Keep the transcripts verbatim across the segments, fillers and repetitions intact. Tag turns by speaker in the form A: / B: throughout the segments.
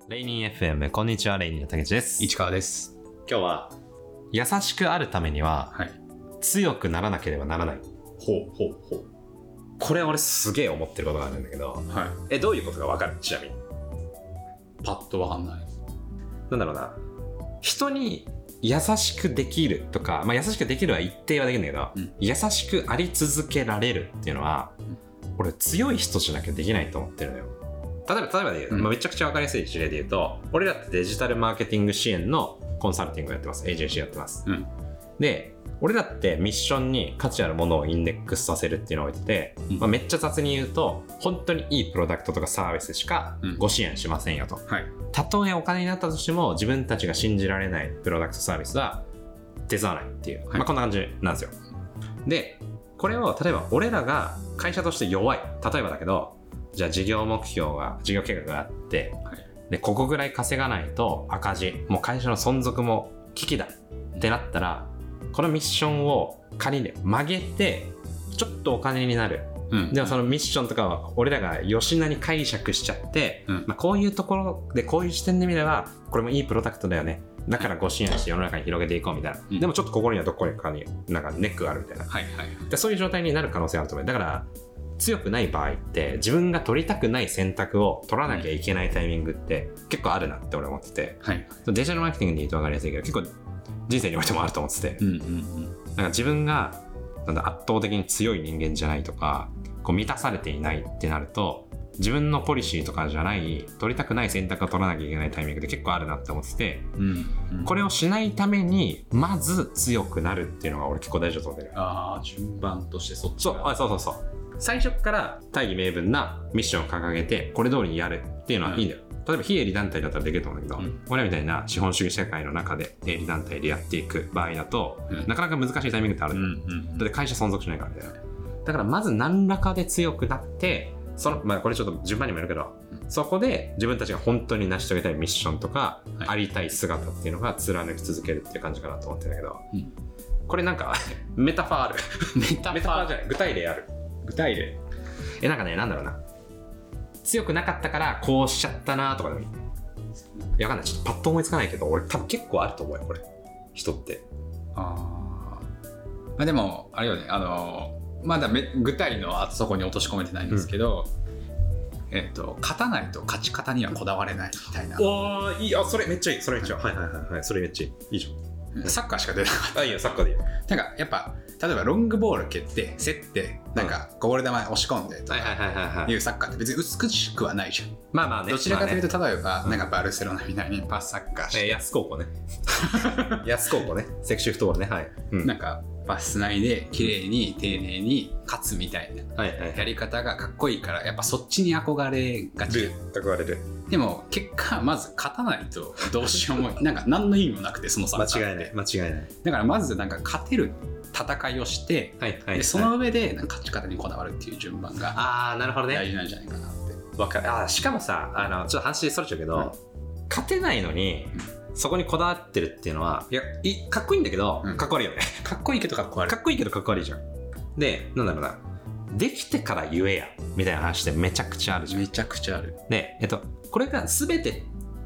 A: レイニー エフエム、こんにちは。レイニーの竹内です。
B: 市川です。
A: 今日は優しくあるためには、はい、強くならなければならない。
B: ほうほうほう。
A: これ俺すげえ思ってることがあるんだけど、はい、えどういうことか分かる？ちなみに
B: パッと分かんない。
A: なんだろうな、人に優しくできるとか、まあ、優しくできるは一定はできるんだけど、うん、優しくあり続けられるっていうのは、うん、俺強い人じゃなきゃできないと思ってるのよ。例えば、例えばで言う、うんまあ、めちゃくちゃ分かりやすい事例で言うと、俺らってデジタルマーケティング支援のコンサルティングをやってます。エージェンシーやってます。うん、で、俺らってミッションに価値あるものをインデックスさせるっていうのを置いてて、うんまあ、めっちゃ雑に言うと、本当にいいプロダクトとかサービスしかご支援しませんよと。うんはい、たとえお金になったとしても、自分たちが信じられないプロダクトサービスは手伝わないっていう、はいまあ、こんな感じなんですよ。で、これを例えば俺らが会社として弱い。例えばだけど、じゃあ事業目標が、事業計画があって、はい、で、ここぐらい稼がないと赤字、もう会社の存続も危機だってなったら、このミッションを仮に曲げて、ちょっとお金になる。うん、でもそのミッションとかは俺らが吉なに解釈しちゃって、うんまあ、こういうところでこういう視点で見れば、これもいいプロダクトだよね。だからご支援して世の中に広げていこうみたいな。うん、でもちょっとここにはどこかになんかネックがあるみたいな。はいはい、でそういう状態になる可能性があると思う。だから、強くない場合って自分が取りたくない選択を取らなきゃいけないタイミングって結構あるなって俺思ってて、はい、デジタルマーケティングで言うと分かりやすいけど結構人生においてもあると思ってて、うんうんうん、なんか自分がなんだ圧倒的に強い人間じゃないとかこう満たされていないってなると自分のポリシーとかじゃない取りたくない選択を取らなきゃいけないタイミングで結構あるなって思ってて、うんうん、これをしないためにまず強くなるっていうのが俺結構大事だと思ってる。
B: ああ、順番としてそっちが。
A: そうあそうそうそう最初から大義名分なミッションを掲げてこれ通りにやるっていうのはいいんだよ、うん、例えば非営利団体だったらできると思うんだけど、うん、俺らみたいな資本主義社会の中で営利団体でやっていく場合だと、うん、なかなか難しいタイミングってあるんだよ、うんうん、だって会社存続しないからみたいな。だからまず何らかで強くなってその、まあ、これちょっと順番にもよるけど、うん、そこで自分たちが本当に成し遂げたいミッションとか、はい、ありたい姿っていうのが貫き続けるっていう感じかなと思ってるんだけど、うん、これなんかメタファーあるメタファーじゃない具体例ある具体例えなんかねなんだろうな強くなかったからこうしちゃったなとかでもいい。いやわかんないちょっとパッと思いつかないけど俺多分結構あると思うよこれ人って。
B: あまあでもあれよねあのまだめ具体のあそこに落とし込めてないんですけど、うん、えっ、ー、と勝たないと勝ち方にはこだわれないみたいな。
A: おーいいあそれめっちゃいいそれめっちゃいい、はい、はいはいはいそれめっちゃいいいいじゃん。
B: サッカーしか出なかった。
A: あいいよサッカーでいいよ。
B: なんかやっぱ例えばロングボール蹴って競ってなんかこぼれ球押し込んでとかいうサッカーって別に美しくはないじゃん。まあまあね。どちらかというと例えばなんかバルセロナみたいにパスサッカーして、
A: えー、安高校ね安高校ねセクシーフットボールねはい、
B: うん、なんかパス内で綺麗に丁寧に勝つみたいなやり方がかっこいいからやっぱそっちに憧れがち。
A: 憧れる。で
B: も結果まず勝たないとどうしようもなんか何の意味もなくてそのサッカー
A: 間違いない間違いない。
B: だからまずなんか勝てる戦いをして、はいはいはい、でその上でなんか勝ち方にこだわるっていう順番が
A: あなるほどね
B: 大事なんじゃないかなって
A: わかる。あしかもさあのちょっと話それちゃうけど、うん、勝てないのに、うん、そこにこだわってるっていうのはいやいかっこいいんだけど、うん、かっこ悪いよね。
B: かっこいいけどかっこ悪い
A: かっこいいけどかっこ悪いじゃん。でなんだろうなできてから言えやみたいな話ってめちゃくちゃあるじゃん。
B: めちゃくちゃある。
A: でえっとこれが全て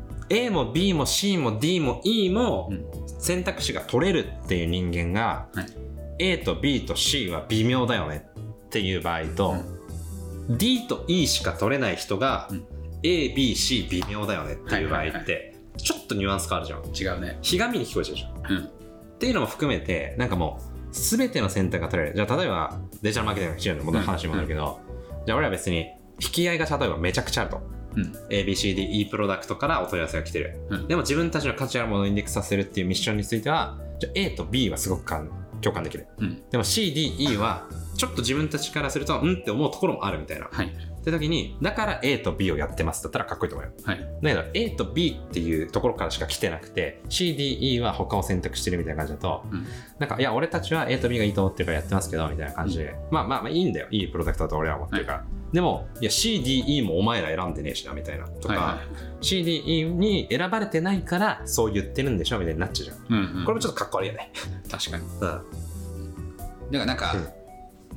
A: A も B も C も D も E も選択肢が取れるっていう人間が、はい、A と B と C は微妙だよねっていう場合と、うん、D と E しか取れない人が、うん、A、B、C 微妙だよねっていう場合って、はいはいはい、ちょっとニュアンス変わるじゃん。
B: 違うね。
A: ひがみに聞こえちゃうじゃん、うん、っていうのも含めてなんかもう全ての選択が取れる。じゃあ例えばデジタルマーケティングの基準の戻る話に戻るけど、うんうん、じゃあ俺は別に引き合いが例えばめちゃくちゃあると、うん、エービーシーディーイー プロダクトからお問い合わせが来てる、うん、でも自分たちの価値あるものをインデックスさせるっていうミッションについてはじゃあ A と B はすごく共感できる、うん、でも シーディーイー はちょっと自分たちからするとうんって思うところもあるみたいな、はい、って時にだから A と B をやってますだったらかっこいいと思うよ、はい、だけど A と B っていうところからしか来てなくて シーディーイー は他を選択してるみたいな感じだと、うん、なんかいや俺たちは A と B がいいと思ってるからやってますけどみたいな感じで、うん、まあまあまあいいんだよいいプロダクトだと俺は思ってるから、はい、でもいや シーディーイー もお前ら選んでねえしなみたいなとか、はいはい、シーディーイー に選ばれてないからそう言ってるんでしょみたいになっちゃうじゃん、うんうん、これもちょっとかっこ悪いよね
B: 確かに、うん、だからなんか、うん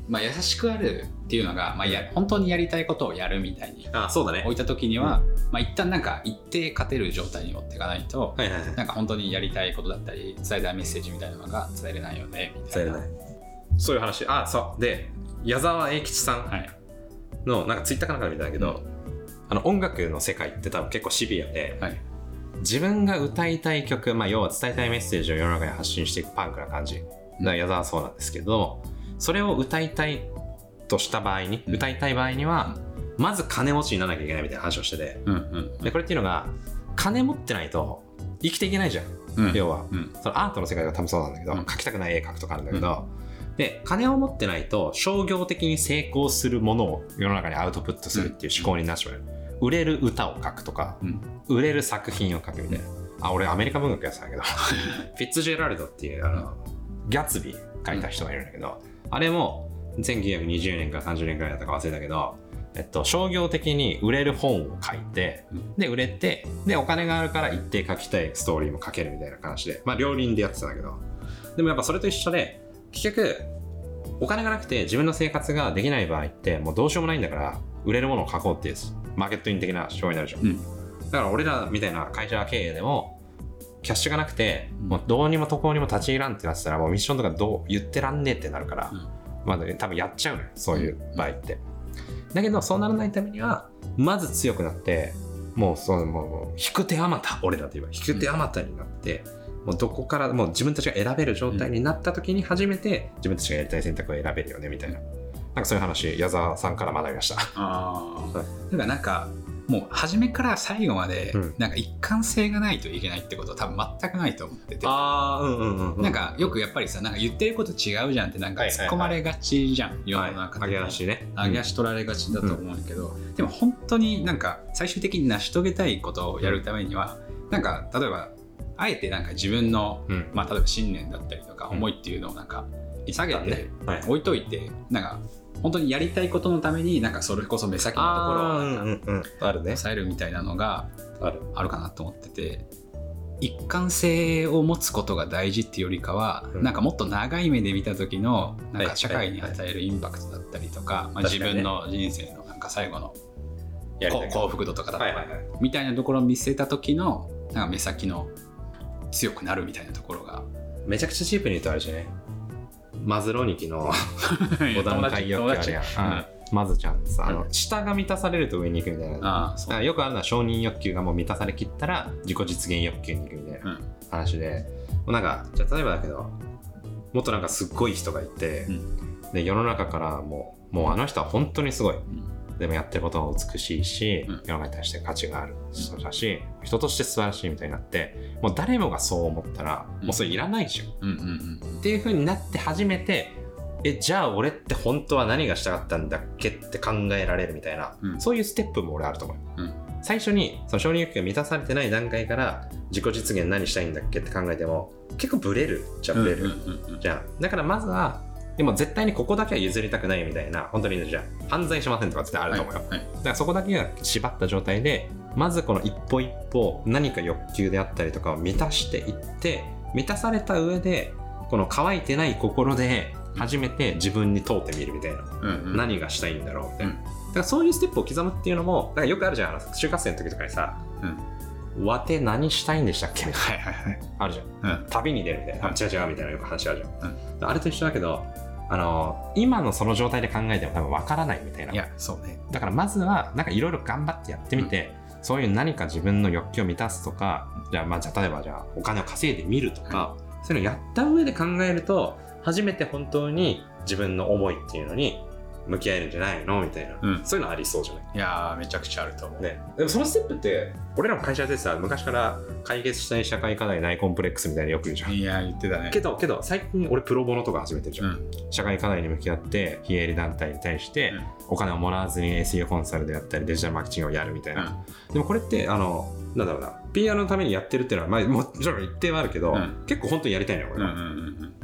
B: まあ、優しくあるっていうのが、まあ、や本当にやりたいことをやるみたいに
A: あそうだね
B: 置いた時には、うんまあ、一旦なんか一定勝てる状態に持っていかないと、はいはいはい、なんか本当にやりたいことだったり伝えたいメッセージみたいなのが伝えれないよねみたいな。伝えれない。
A: そういう話。あそうで矢沢永吉さんの、はい、なんかツイッターかなんかで見たんだけど、うん、あの音楽の世界って多分結構シビアで、はい、自分が歌いたい曲、まあ、要は伝えたいメッセージを世の中に発信していくパンクな感じ。だから矢沢はそうなんですけど、それを歌いたいとした場合に、うん、歌いたい場合にはまず金持ちにならなきゃいけないみたいな話をしてて、うんうんうん、でこれっていうのが金持ってないと生きていけないじゃん、うん、要は、うん、そのアートの世界が多分そうなんだけど、うん、描きたくない絵描くとかあるんだけど、うん、で金を持ってないと商業的に成功するものを世の中にアウトプットするっていう思考になってしまう、うん、売れる歌を描くとか、うん、売れる作品を描くみたいな、うん、あ俺アメリカ文学やってたんだけどフィッツジェラルドっていうあのギャツビー書いた人がいるんだけど、あれもせんきゅうひゃくにじゅうねんからさんじゅうねんくらいだったか忘れたけど、えっと、商業的に売れる本を書いて、で売れて、でお金があるから一定書きたいストーリーも書けるみたいな話で、まあ両輪でやってたんだけど、でもやっぱそれと一緒で結局お金がなくて自分の生活ができない場合ってもうどうしようもないんだから売れるものを書こうっていうマーケットイン的な手法になるじゃん、うん、だから俺らみたいな会社経営でもキャッシュがなくて、うん、もうどうにも渡航にも立ち入らんってなってたらもうミッションとかどう言ってらんねえってなるから、うんまあ、多分やっちゃうのよそういう場合って、うん、だけどそうならないためにはまず強くなってもうそのもう引く手あまた俺らと言えば引く手あまたになって、うん、もうどこからもう自分たちが選べる状態になった時に初めて自分たちがやりたい選択を選べるよねみたいな、なんかそういう話矢沢さんから学びました。あ
B: あ、だからなんかもう初めから最後までなんか一貫性がないといけないってことは多分全くないと思ってて、あー、うんうんうん、なんかよくやっぱりさなんか言ってること違うじゃんってなんか突っ込まれがちじゃん、はいはいはい、世の中で、
A: はい、上げ足ね
B: 上げ足取られがちだと思うんだけど、うん、でも本当になんか最終的に成し遂げたいことをやるためには、うん、なんか例えばあえてなんか自分の、うんまあ、例えば信念だったりとか思いっていうのをなんか下げて置いといて、なんか本当にやりたいことのためになんかそれこそ目先のところをなんか抑えるみたいなのがある、あるかなと思ってて、一貫性を持つことが大事っていうよりかは、うん、なんかもっと長い目で見た時のなんか社会に与えるインパクトだったりとか、まあ、自分の人生のなんか最後の幸福度とかだったりみたいなところを見せた時のなんか目先の強くなるみたいなところが
A: めちゃくちゃチープに言うとあれじゃね、マズロニキのご段階欲求あるやん、うん、マズちゃんさ、あの下が満たされると上に行くみたいな、ああよくあるのは承認欲求がもう満たされきったら自己実現欲求に行くみたいな話で、うん、なんかじゃあ例えばだけどもっとなんかすっごい人がいて、うん、で世の中からもう、もうあの人は本当にすごい、うん、でもやってることは美しいし、うん、世の中に対して価値がある人だし、人として素晴らしいみたいになってもう誰もがそう思ったら、うん、もうそれいらないじゃん、うんうんうん、っていう風になって初めてえじゃあ俺って本当は何がしたかったんだっけって考えられるみたいな、うん、そういうステップも俺あると思う、うん、最初にその承認欲求が満たされてない段階から自己実現何したいんだっけって考えても結構ブレるじゃブレる、うんうんうん、じゃあだからまずはでも絶対にここだけは譲りたくないみたいな、本当にじゃあ犯罪しませんとかってあると思うよ、はいはい、だからそこだけが縛った状態でまずこの一歩一歩何か欲求であったりとかを満たしていって満たされた上でこの乾いてない心で初めて自分に問うてみるみたいな、うんうん、何がしたいんだろうみたいな、うん、だからそういうステップを刻むっていうのもだからよくあるじゃん、就活生の時とかにさ、うん、わて何したいんでしたっけみたいな、はいはいはい、あるじゃん、うん、旅に出るみたいな、うん、違う違うみたいなよく話あるじゃん、うん、あれと一緒だけどあの今のその状態で考えても多分分からないみたいな、いやそうね、だからまずはなんかいろいろ頑張ってやってみて、うん、そういう何か自分の欲求を満たすとか、じゃあまあじゃあ例えばじゃあお金を稼いでみるとか、うん、そういうのをやった上で考えると初めて本当に自分の思いっていうのに向き合えるんじゃないのみたいな、うん、そういうのありそうじゃない？
B: いやーめちゃくちゃあると思う、
A: ね、でもそのステップって俺らも会社でさ昔から解決したい社会課題ないコンプレックスみたいなよく言うじゃん。
B: いや言ってたね。
A: けどけど最近俺プロボノとか始めてるじゃん、うん、社会課題に向き合って非営利団体に対してお金をもらわずに エスイーオー コンサルでやったりデジタルマーケティングをやるみたいな、うん、でもこれってあのなんだろうな ピーアール のためにやってるっていうのは、まあ、もちろん一定はあるけど、うん、結構本当にやりたいのよ俺は、うんうんうん、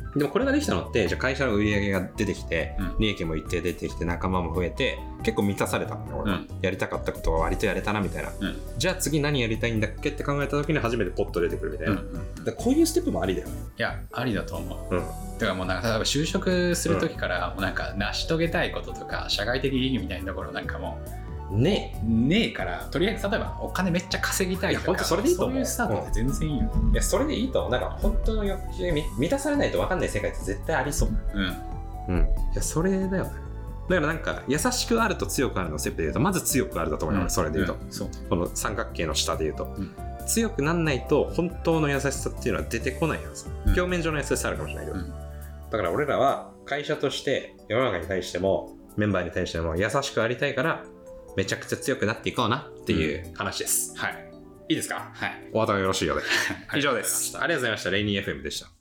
A: でもこれができたのって、じゃあ会社の売り上げが出てきて、
B: うん、
A: 利益も一定出てきて、仲間も増えて、結構満たされたんだよ、俺は、うん。やりたかったことは割とやれたなみたいな、うん。じゃあ次何やりたいんだっけって考えた時に初めてポッと出てくるみたいな。うんうん、だこういうステップもありだよね。
B: いや、ありだと思う。うん、だからもうなんか例えば就職する時から、もうなんか成し遂げたいこととか、社会的意義みたいなところなんかもう、ねえねえからとりあえず例えばお金めっちゃ稼ぎたいとか、いや本当それでいいと思う。そういうスタートって全然いいよ、うん、いやそれでいいと思う。なんか本当の欲求満たされないと分かんない世界って絶対ありそう。うんうん。いやそれだよね。だからなんか優しくあると強くあるのステップで言うと、まず強くあるだと思います、うん、それで言うと、うん、そうこの三角形の下で言うと、うん、強くなんないと本当の優しさっていうのは出てこないはず、うん、表面上の優しさあるかもしれないけど、うん、だから俺らは会社として世の中に対してもメンバーに対しても優しくありたいからめちゃくちゃ強くなっていこうなっていう話です、うん、はい。いいですか？はい。お後がよろしいようで以上です。ありがとうございました。レイニー エフエム でした。